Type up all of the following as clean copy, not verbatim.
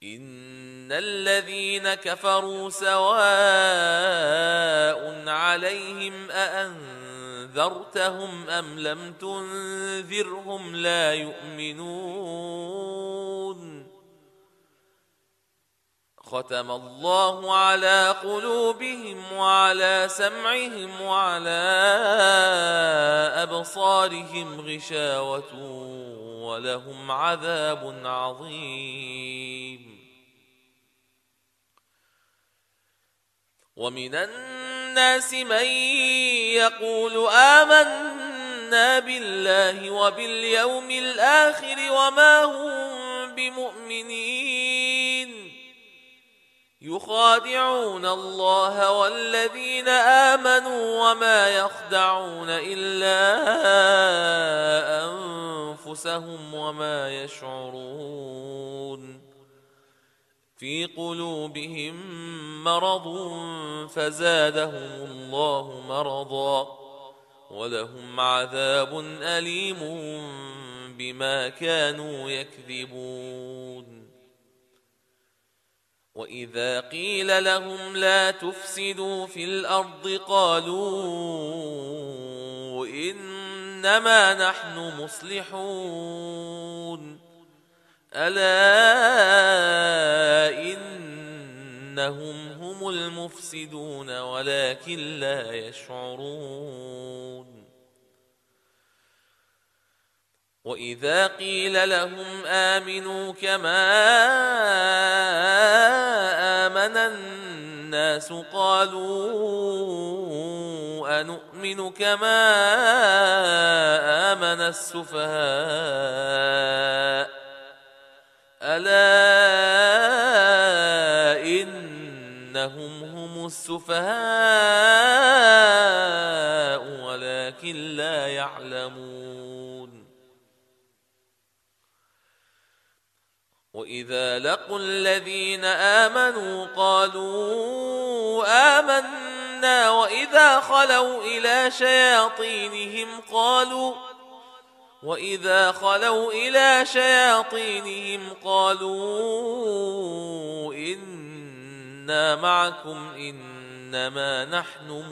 إن الذين كفروا سواء عليهم أأنذرتهم أم لم تنذرهم لا يؤمنون ختم الله على قلوبهم وعلى سمعهم وعلى أبصارهم غشاوة ولهم عذاب عظيم ومن الناس من يقول آمنا بالله وباليوم الآخر وما هم بمؤمنين يخادعون الله والذين آمنوا وما يخدعون إلا أنفسهم وما يشعرون في قلوبهم مرض فزادهم الله مرضا ولهم عذاب أليم بما كانوا يكذبون وإذا قيل لهم لا تفسدوا في الأرض قالوا إنما نحن مصلحون ألا إنهم هم المفسدون ولكن لا يشعرون وإذا قيل لهم آمنوا كما آمن الناس قالوا أنؤمن كما آمن السفهاء ألا إنهم هم السفهاء ولكن لا يعلمون وإذا لقوا الذين آمنوا قالوا آمنا وإذا خلوا إلى شياطينهم قالوا إنا معكم إنما نحن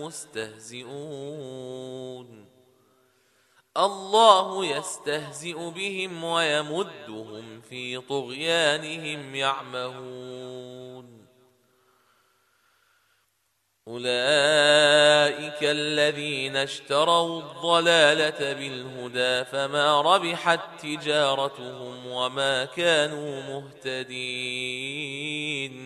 مستهزئون الله يستهزئ بهم ويمدهم في طغيانهم يعمهون أولئك الذين اشتروا الضلالة بالهدى فما ربحت تجارتهم وما كانوا مهتدين